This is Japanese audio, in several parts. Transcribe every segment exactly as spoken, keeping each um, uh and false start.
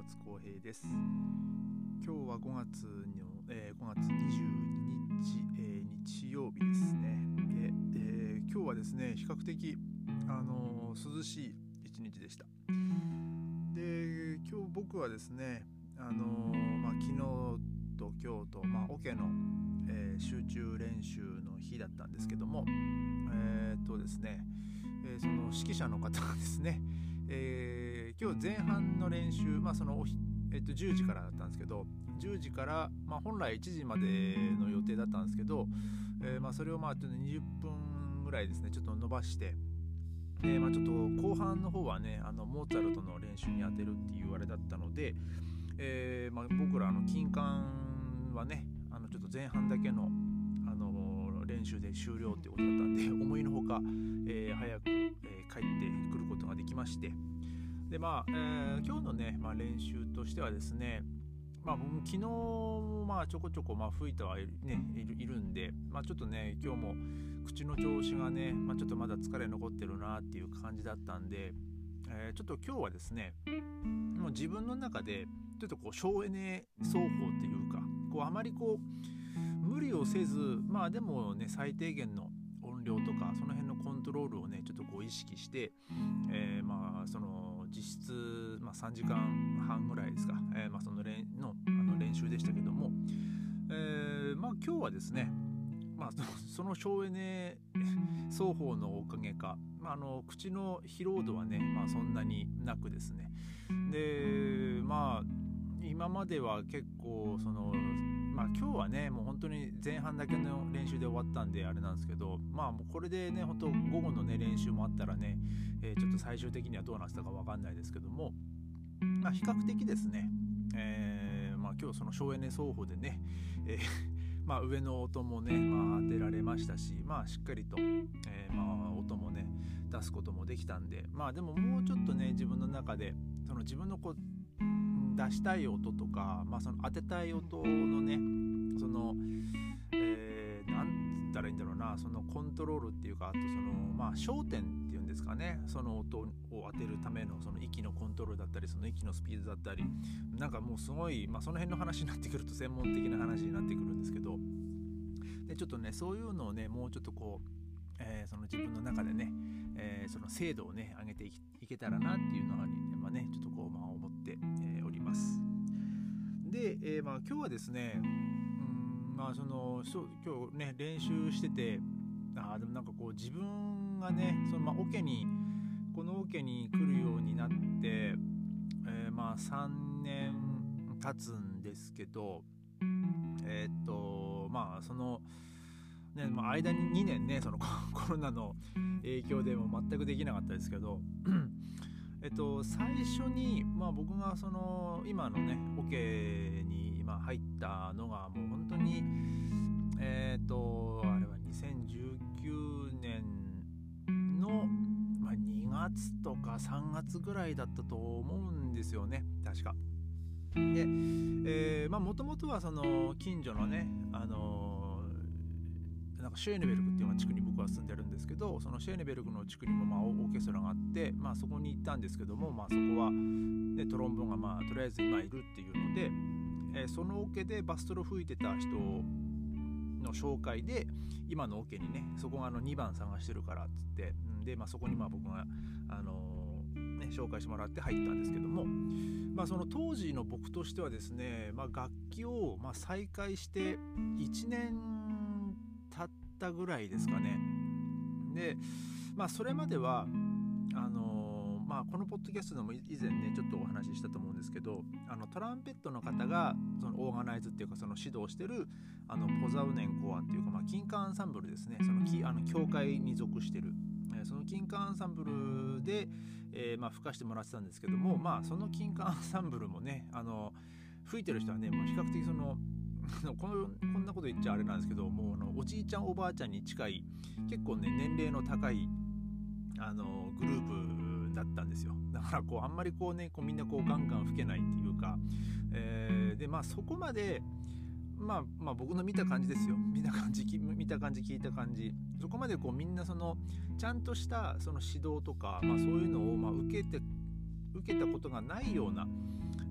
松光平です。今日はごがつの、えー、ごがつにじゅうににち、えー、日曜日ですね。で、えー、今日はですね比較的、あのー、涼しい一日でした。で、今日僕はですね、あのーまあ、昨日と今日と、まあ、オケの、えー、集中練習の日だったんですけども、えー、っとですね、えー、その指揮者の方がですね、えー、今日前半の練習、まあそのおひ、えー、とじゅうじからだったんですけど、じゅうじから、まあ、本来いちじまでの予定だったんですけど、えーまあ、それをまあちょっとにじゅっぷんぐらいですねちょっと伸ばして、えーまあ、ちょっと後半の方はねあのモーツァルトの練習に当てるっていうあれだったので、えーまあ、僕らの金管はねあのちょっと前半だけの、あのー、練習で終了っていうことだったんで、思いのほか、えー、早く、えー、帰ってくることができまして、でまあ、えー、今日のね、まあ、練習としてはですね、まあ、僕昨日まあちょこちょこまあ吹いてはいる、ね、いる、いるんで、まあ、ちょっとね今日も口の調子がね、まあ、ちょっとまだ疲れ残ってるなっていう感じだったんで、えー、ちょっと今日はですねもう自分の中でちょっとこう省エネ奏法っていうか、こうあまりこう無理をせず、まあでもね最低限の音量とかその辺のコントロールをねちょっとこう意識して、えー、まあその実質、まあ、さんじかんはんぐらいですか、えー、まあその練のあの練習でしたけども、えー、まあ今日はですね、まあその省エネ奏法のおかげか、まあ、あの口の疲労度はね、まあ、そんなになくですね、でまあ今までは結構そのまあ今日はねもう本当に前半だけの練習で終わったんであれなんですけど、まあもうこれでね本当午後のね練習もあったらね、えー、ちょっと最終的にはどうなってたか分かんないですけども、まあ比較的ですね、えー、まあ今日その省エネ奏法でね、えーまあ上の音もね、まあ、当てられましたし、まあしっかりと、えー、まあ音もね出すこともできたんで、まあでももうちょっとね自分の中でその自分のこう出したい音とか、まあ、その当てたい音のねその、えー、なんつったらいいんだろうな、そのコントロールっていうか、あとそのまあ焦点っていうんですかね、その音を当てるためのその息のコントロールだったり、その息のスピードだったり、なんかもうすごい、まあ、その辺の話になってくると専門的な話になってくるんですけど、でちょっとねそういうのをねもうちょっとこう、えー、その自分の中でね、えー、その精度をね上げてい け, いけたらなっていうのが、まあね、ちょっとこう、まあ、思って、えー、おります。で、えーまあ、今日はですね、うんまあそのそう今日ね練習してて、あでもなんかこう自分がねその、まあ、オケにこのオケに来るようになって、えー、まあさんねん経つんですけど、えー、っとまあそのね、まあ、間ににねんねそのコロナの影響でも全くできなかったですけどえっと最初に、まあ、僕がその今のねオケに今入ったのがもう本当にえっとあれはにせんじゅうきゅうねんの、まあ、にがつとかさんがつぐらいだったと思うんですよね確か。で、えー、まあもともとはその近所のねあのなんかシェーネベルクっていう地区に僕は住んでるんですけど、そのシェーネベルクの地区にもまあオーケストラがあって、まあ、そこに行ったんですけども、まあ、そこは、ね、トロンボーンがまあとりあえず今いるっていうので、えー、そのオケでバストロ吹いてた人の紹介で今のオケにねそこがあのにばん探してるからっつってで、まあ、そこにまあ僕が、あのーね、紹介してもらって入ったんですけども、まあ、その当時の僕としてはですね、まあ、楽器をまあ再開していちねん経ったぐらいですかね。で、まあそれまではあのー、まあこのポッドキャストでも以前ねちょっとお話ししたと思うんですけど、あのトランペットの方がそのオーガナイズっていうかその指導してるあのポザウネンコアっていうかまあ金管アンサンブルですね、そのきあの教会に属してる、えー、その金管アンサンブルで、えー、まあ吹かしてもらってたんですけども、まあその金管アンサンブルもねあの吹いてる人はねもう比較的そのこのこんなこと言っちゃあれなんですけど、もうあのおじいちゃんおばあちゃんに近い結構ね年齢の高いあのグループだったんですよ。だからこうあんまりこうねこうみんなこうガンガン吹けないっていうか、えー、でまあそこまでまあまあ僕の見た感じですよ、見た感じ見た感じ聞いた感じ、そこまでこうみんなそのちゃんとしたその指導とか、まあ、そういうのをまあ受けて受けたことがないような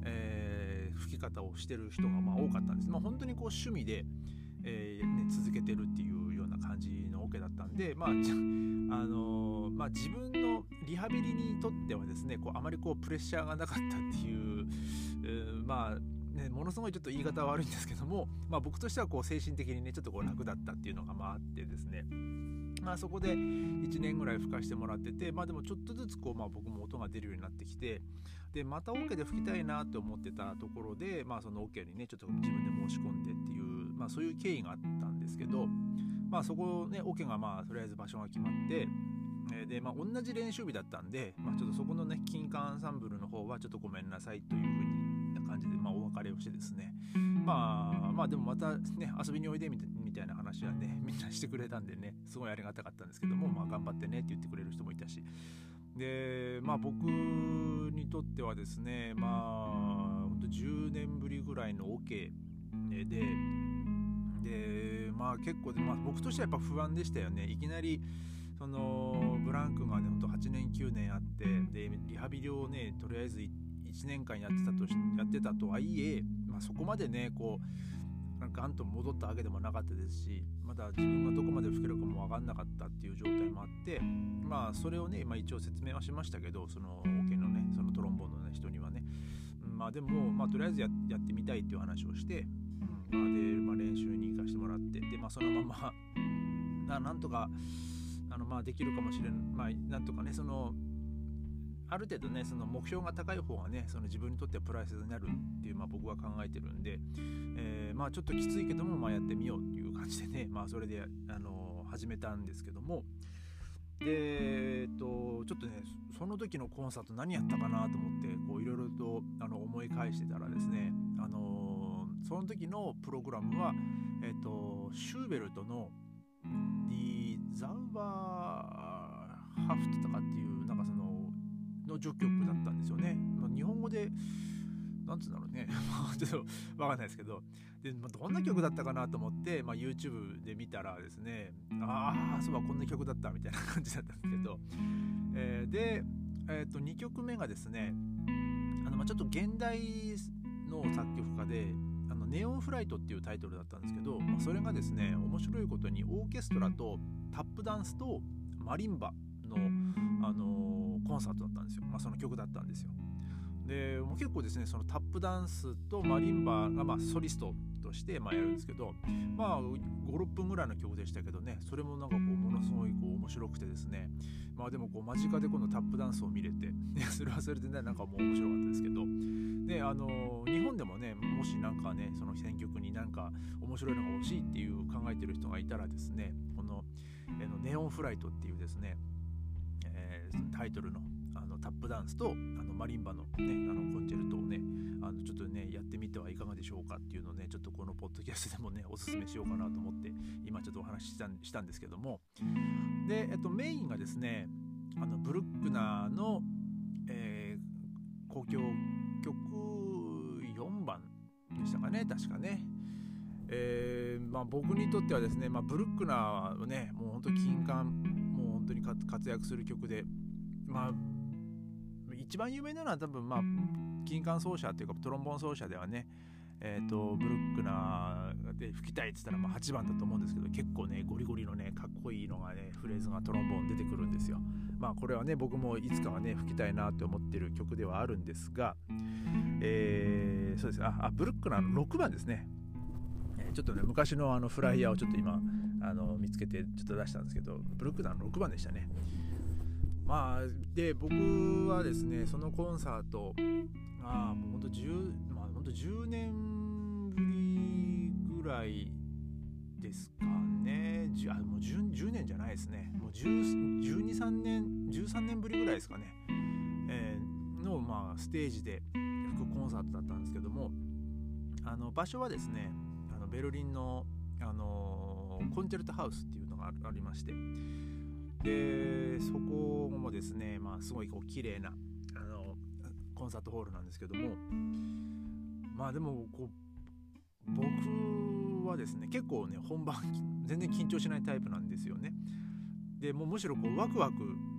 えー、吹き方をしてる人がまあ多かったんです。まあ、本当にこう趣味で、えーね、続けてるっていうような感じのオケだったんで、まああのーまあ、自分のリハビリにとってはですね、こうあまりこうプレッシャーがなかったっていう、えー、まあね、ものすごいちょっと言い方は悪いんですけども、まあ、僕としてはこう精神的にねちょっとこう楽だったっていうのがまああってですね、まあ、そこでいちねんぐらい吹かしてもらってて、まあ、でもちょっとずつこう、まあ、僕も音が出るようになってきて、でまたオケで吹きたいなって思ってたところで、まあ、そのオケにねちょっと自分で申し込んでっていう、まあ、そういう経緯があったんですけど、まあ、そこねオケがまあとりあえず場所が決まって、で、まあ、同じ練習日だったんで、まあ、ちょっとそこのね金管アンサンブルの方はちょっとごめんなさいというふうにな感じで、まあ、お別れをしてですね、まあまあでもまたね遊びにおいでみたいみたいな話はねみんなしてくれたんでね、すごいありがたかったんですけども、まあ、頑張ってねって言ってくれる人もいたし、でまあ僕にとってはですね、まあほんとじゅうねんぶりぐらいのオケででまあ結構、まあ、僕としてはやっぱ不安でしたよね。いきなりそのブランクがねほんとはちねんきゅうねんあって、でリハビリをねとりあえずいちねんかんやってたとしやってたとはいえ、まあ、そこまでねこうなんかガンと戻ったわけでもなかったですし、まだ自分がどこまで吹けるかも分かんなかったっていう状態もあって、まあそれをね、まあ、一応説明はしましたけど、そのオケのねそのトロンボーンの、ね、人にはね、まあでも、まあ、とりあえず や, やってみたいっていう話をして、うんまあでまあ、練習に行かせてもらって、で、まあ、そのままなんとかあの、まあ、できるかもしれない、まあ、なんとかねそのある程度ねその目標が高い方がねその自分にとってはプライスになるっていう、まあ、僕は考えてるんで、えー、まあちょっときついけども、まあ、やってみようっていう感じでね、まあそれで、あのー、始めたんですけども、でえっとちょっとねその時のコンサート何やったかなと思ってこういろいろとあの思い返してたらですね、あのー、その時のプログラムは、えっとシューベルトのディザウバーハフトとかっていうなんかそのの序曲だったんですよね。まあ、日本語でなんつうんだろうねちょっとわかんないですけど、で、まあ、どんな曲だったかなと思って、まあ、YouTube で見たらですね、ああそういえばこんな曲だったみたいな感じだったんですけど、えー、で、えー、とにきょくめがですね、あの、まあ、ちょっと現代の作曲家であのネオンフライトっていうタイトルだったんですけど、まあ、それがですね面白いことにオーケストラとタップダンスとマリンバの、あのーコンサートだったんですよ。まあ、その曲だったんですよ。でもう結構ですねそのタップダンスとマリンバがまあソリストとしてまあやるんですけど、まあご、ろっぷんぐらいの曲でしたけどね、それもなんかこうものすごいこう面白くてですね、まあでもこう間近でこのタップダンスを見れてそれはそれでねなんかもう面白かったですけど、であのー、日本でもねもしなんかねその選曲になんか面白いのが欲しいっていう考えてる人がいたらですね、この、えのネオンフライトっていうですねタイトル の, あのタップダンスとあのマリンバの,、ね、あのコンチェルトをねあのちょっとねやってみてはいかがでしょうかっていうのをねちょっとこのポッドキャストでもねおすすめしようかなと思って今ちょっとお話し した, したんですけども、で、えっと、メインがですねあのブルックナーの、えー、交響曲よんばんでしたかね確かね。えーまあ、僕にとってはですね、まあ、ブルックナーはねもう本当金管もう本当に活躍する曲で、まあ一番有名なのは多分まあ金管奏者っていうかトロンボーン奏者ではね、えー、とブルックナーで吹きたいって言ったらまあはちばんだと思うんですけど、結構ねゴリゴリのねかっこいいのがねフレーズがトロンボーン出てくるんですよ。まあこれはね僕もいつかはね吹きたいなって思ってる曲ではあるんですが、えー、そうです。ああブルックナーのろくばんですね。ちょっとね昔のあのフライヤーをちょっと今あの見つけてちょっと出したんですけど、ブルックナーのろくばんでしたね。まあで僕はですねそのコンサートああもうほんと10まあほんとじゅうねんぶりぐらいですかね。じあもう 10, じゅうねんじゃないですね。もうじゅうに、さんねんじゅうさんねんぶりぐらいですかね、えー、のまあステージで吹くコンサートだったんですけども、あの場所はですねあのベルリンの、あのー、コンチェルトハウスっていうのがありまして、でそこもですね、まあ、すごいこう綺麗なあのコンサートホールなんですけども、まあでもこう僕はですね結構ね本番全然緊張しないタイプなんですよね。でもうむしろこうワクワクも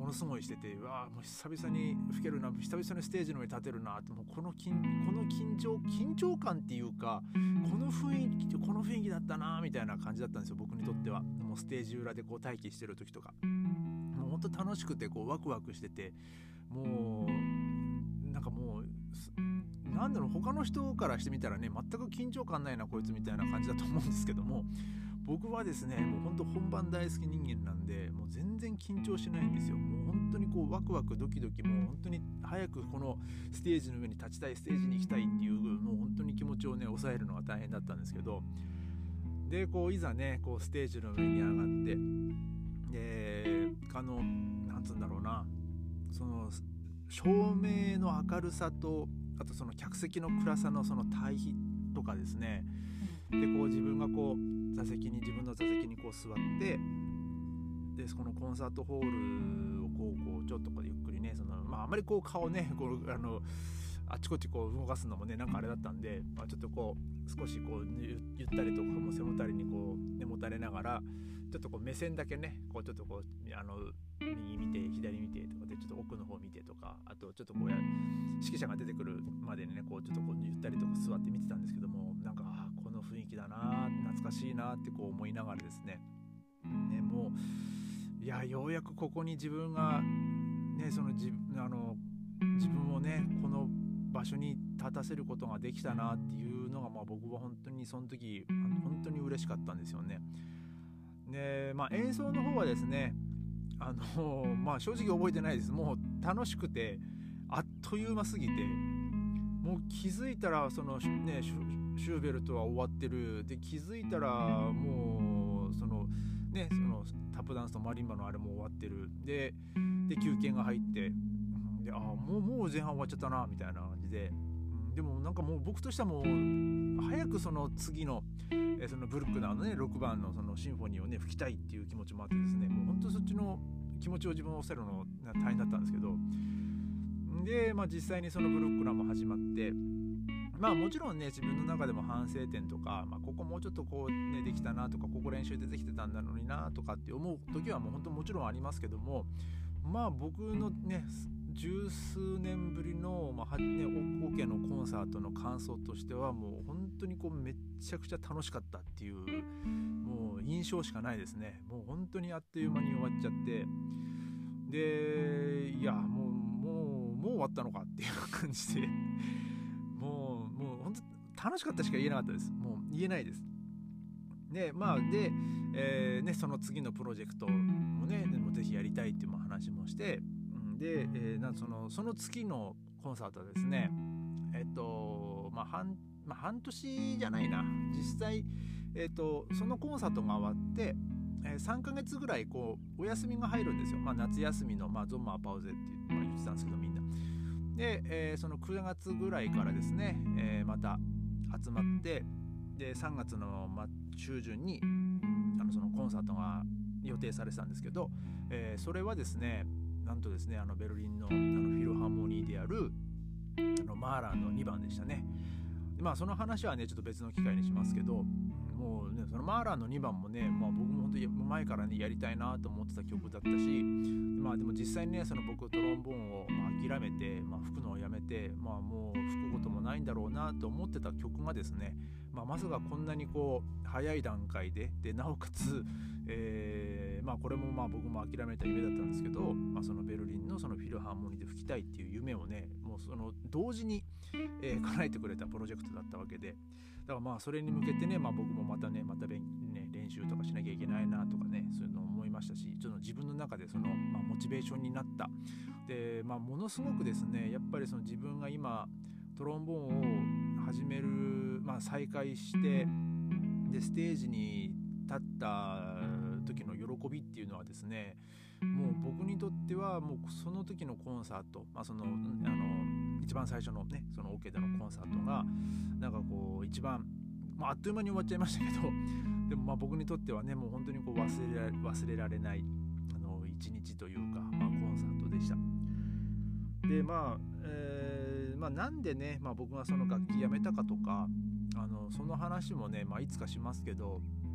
ものすごいしてて、うわもう久々に吹けるな、久々にステージの上に立てるなって、もうこの緊この緊張緊張感っていうか、この雰囲気この雰囲気だったなみたいな感じだったんですよ、僕にとっては。もうステージ裏でこう待機してる時とか、もう本当楽しくてこうワクワクしてて、もうなんかもうなんだろう、他の人からしてみたらね、全く緊張感ないなこいつみたいな感じだと思うんですけども、僕はですね、もう本当本番大好き人間なんで、もう全然緊張しないんですよ。もう本当にこうワクワクドキドキ、もう本当に早くこのステージの上に立ちたい、ステージに行きたいっていう、もう本当に気持ちをね抑えるのが大変だったんですけど、でこういざねこうステージの上に上がって、であのなんつうんだろうな、その照明の明るさと、あとその客席の暗さのその対比とかですね、でこう自分がこう座席に自分の座席にこう座って、でこのコンサートホールをこうこうちょっとこうゆっくりね、そのまああまりこう顔ねこうあのあっちこっちこう動かすのもねなんかあれだったんで、まあ、ちょっとこう少しこう ゆ, ゆったりとも背もたれにこう根もたれながら、ちょっとこう目線だけねこうちょっとこうあの右見て左見てとかで、ちょっと奥の方見てとか、あとちょっとこうや指揮者が出てくるまでにねこうちょっとこうゆったりとか座って見てたんですけども、なんかこの雰囲気だな、懐かしいなってこう思いながらですね、ねもういやようやくここに自分がねその自あの自分をねこの場所に立たせることができたなっていうのが、まあ僕は本当にその時本当に嬉しかったんですよね。でまあ演奏の方はですね、あのまあ正直覚えてないです。もう楽しくてあっという間すぎて、もう気づいたらそのねシュ、シューベルトは終わってる、で気づいたらもうそのねそのタップダンスとマリンバのあれも終わってる、でで休憩が入って、であもうもう前半終わっちゃったなみたいな感じで、うん、でもなんかもう僕としてはもう早くその次のえそのブルックナーのねろくばんのそのシンフォニーをね吹きたいっていう気持ちもあってですね、もう本当そっちの気持ちを自分を抑えるのが大変だったんですけど、で、まあ、実際にそのブルックナーも始まって、まあもちろんね自分の中でも反省点とか、まあ、ここもうちょっとこうねできたなとか、ここ練習でできてたんだのになとかって思う時はもう本当もちろんありますけども、まあ僕のね十数年ぶりの、まあね、オーケーのコンサートの感想としては、もう本当にこうめっちゃくちゃ楽しかったっていうもう印象しかないですね。もう本当にあっという間に終わっちゃって、でいやもうもうもう終わったのかっていう感じでもうもう本当楽しかったしか言えなかったです。もう言えないです。でまあで、えーね、その次のプロジェクトもねでもぜひやりたいっていう話もして、で、えー、なんそのその次のコンサートはですね、えっとまあ半まあ半年じゃないな、実際えっとそのコンサートが終わって、えー、さんかげつぐらいこうお休みが入るんですよ。まあ夏休みの、まあ、ゾンマーパウゼって言って、まあ、言ってたんですけどみんなで、えー、そのくがつぐらいからですね、えー、また集まって、でさんがつの、まあ、中旬にあのそのコンサートが予定されてたんですけど、えー、それはですねなんとですねあのベルリン の, あのフィルハーモニーであるあのマーラーのにばんでしたね。まあその話はねちょっと別の機会にしますけど、もうねそのマーラーのにばんもね、まあ、僕も本当に前からねやりたいなと思ってた曲だったし、まあでも実際にねその僕トロンボーンをまあ諦めて、まあ、吹くのをやめて、まあもう吹くこともないんだろうなと思ってた曲がですね、まあ、まさかこんなにこう早い段階ででなおかつ、えー、まあこれもまあ僕も諦めた夢だったんですけど、まあ、そのベルリンのそのフィルハーモニーで吹きたいっていう夢をねもうその同時に、えー、叶えてくれたプロジェクトだったわけで、だからまあそれに向けてね、まあ、僕もまたねまた勉、ね、練習とかしなきゃいけないなとかねそういうのを思いましたし、ちょっと自分の中でその、まあ、モチベーションになった。で、まあ、ものすごくですねやっぱりその自分が今トロンボーンを始める、まあ、再開してでステージに立った時の喜びっていうのはですね、もう僕にとってはもうその時のコンサート、まあ、そのあの一番最初のねそのオケでのコンサートがなんかこう一番、まあ、あっという間に終わっちゃいましたけど、でもまあ僕にとってはねもう本当にこう忘れられ、忘れられないあの一日というか、まあ、コンサートでした。でまあ、えーまあ、なんでね、まあ、僕がその楽器やめたかとかあのその話もね、まあ、いつかしますけど、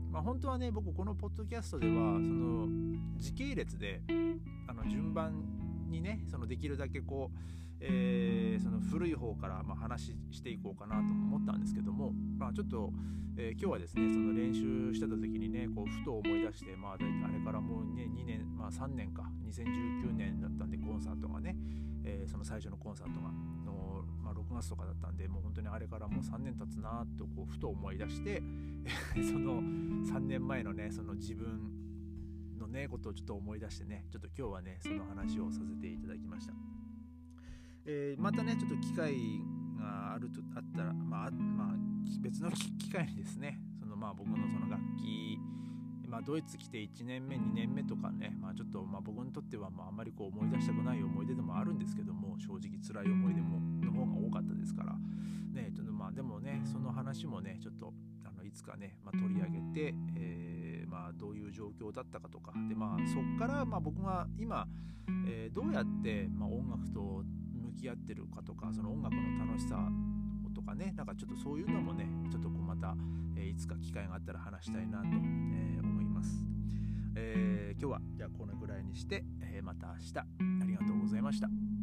まあ、本当はね僕このポッドキャストではその時系列であの順番にねそのできるだけこう、えー、その古い方からまあ話していこうかなと思ったんですけども、まあ、ちょっと、えー、今日はですねその練習してた時にねこうふと思い出して、まあ、大体あれからもうねにねん、まあ、さんねんかにせんじゅうきゅうねんだったんでコンサートがね、えー、その最初のコンサートがの、まあ、ろくがつとかだったんでもう本当にあれからもうさんねん経つなとこうふと思い出してそのさんねんまえのねその自分のねことをちょっと思い出してねちょっと今日はねその話をさせていただきました。えー、またねちょっと機会があるとあったらまあ、まあ、別の機会にですねそのまあ僕のその楽器、まあ、ドイツ来ていちねんめにねんめとかね、まあ、ちょっとまあ僕にとってはまああんまりこう思い出したくない思い出でもあるんですけども正直辛い思い出もの方が多かったですからねちょっとまあでもねその話もねちょっとあのいつかね、まあ、取り上げて、えー、まあどういう状況だったかとかでまあそっからまあ僕が今、えー、どうやってまあ音楽と向き合ってるかとかその音楽の楽しさとかねなんかちょっとそういうのもねちょっとこうまた、えー、いつか機会があったら話したいなと、えー、思います、えー、今日はじゃあこのぐらいにして、えー、また明日ありがとうございました。